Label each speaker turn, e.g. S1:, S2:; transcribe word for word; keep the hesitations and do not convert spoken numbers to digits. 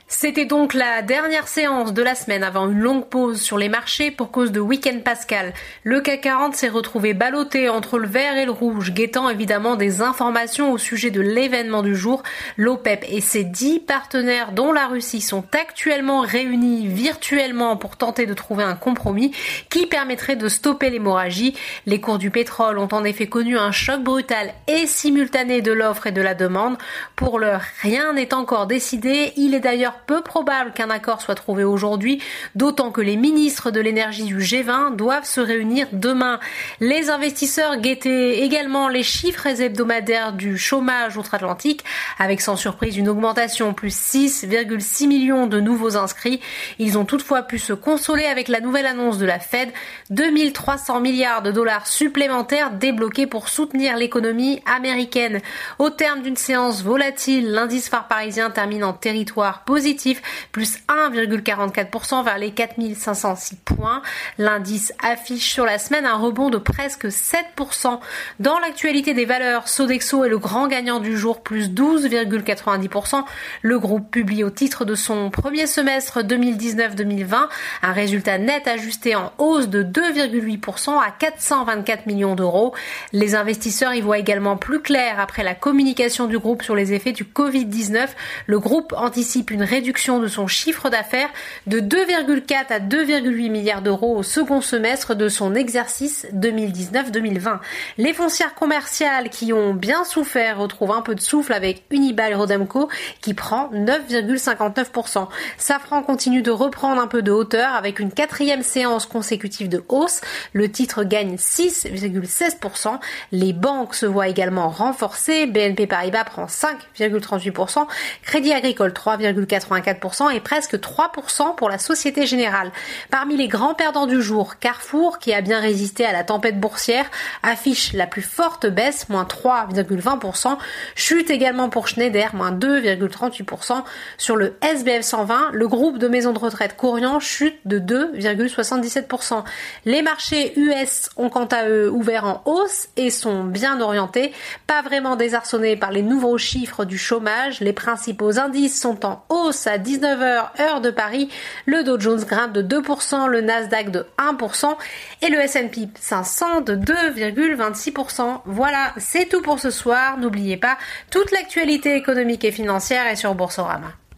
S1: C'était donc la dernière séance de la semaine avant une longue pause sur les marchés pour cause de week-end pascal. Le C A C quarante s'est retrouvé ballotté entre le vert et le rouge, guettant évidemment des informations au sujet de l'événement du jour. L'OPEP et ses dix partenaires, dont la Russie, sont actuellement réunis virtuellement pour tenter de trouver un compromis qui permettrait de stopper l'hémorragie. Les cours du pétrole ont en effet connu un choc brutal et simultané de l'offre et de la demande. Pour l'heure, rien n'est encore décidé. Il est d'ailleurs peu probable qu'un accord soit trouvé aujourd'hui, d'autant que les ministres de l'énergie du G vingt doivent se réunir demain. Les investisseurs guettaient également les chiffres hebdomadaires du chômage outre-Atlantique, avec sans surprise une augmentation, plus six virgule six millions de nouveaux inscrits. Ils ont toutefois pu se consoler avec la nouvelle annonce de la Fed, deux mille trois cents milliards de dollars supplémentaires débloqués pour soutenir l'économie américaine. Au terme d'une séance volatile, l'indice phare parisien termine en territoire positif, plus un virgule quarante-quatre pour cent vers les quatre mille cinq cent six points. L'indice affiche sur la semaine un rebond de presque sept pour cent. Dans l'actualité des valeurs, Sodexo est le grand gagnant du jour, plus douze virgule quatre-vingt-dix pour cent. Le groupe publie au titre de son premier semestre deux mille dix-neuf deux mille vingt un résultat net ajusté en hausse de deux virgule huit pour cent à quatre cent vingt-quatre millions d'euros. Les investisseurs y voient également plus clair après la communication du groupe sur les effets du covid dix-neuf. Le groupe anticipe une réduction de son chiffre d'affaires de deux virgule quatre à deux virgule huit milliards d'euros au second semestre de son exercice deux mille dix-neuf deux mille vingt. Les foncières commerciales qui ont bien souffert retrouvent un peu de souffle avec Unibail-Rodamco qui prend neuf virgule cinquante-neuf pour cent. Safran continue de reprendre un peu de hauteur avec une quatrième séance consécutive de hausse. Le titre gagne six virgule seize pour cent. Les banques se voient également renforcées. B N P Paribas prend cinq virgule trente-huit pour cent. Crédit Agricole trois virgule quatre-vingt-quatre pour cent et presque trois pour cent pour la Société Générale. Parmi les grands perdants du jour, Carrefour, qui a bien résisté à la tempête boursière, affiche la plus forte baisse, moins trois virgule vingt pour cent. Chute également pour Schneider, moins deux virgule trente-huit pour cent. Sur le S B F cent vingt, le groupe de maisons de retraite Korian chute de deux virgule soixante-dix-sept pour cent. Les marchés U S ont quant à eux ouvert en hausse et sont bien orientés, pas vraiment désarçonnés par les nouveaux chiffres du chômage. Les principaux indices sont en hausse à dix-neuf heures heure de Paris. Le Dow Jones grimpe de deux pour cent, le Nasdaq de un pour cent et le S and P cinq cents de deux virgule vingt-six pour cent. Voilà, c'est tout pour ce soir. N'oubliez pas, toute l'actualité économique et financière est sur Boursorama.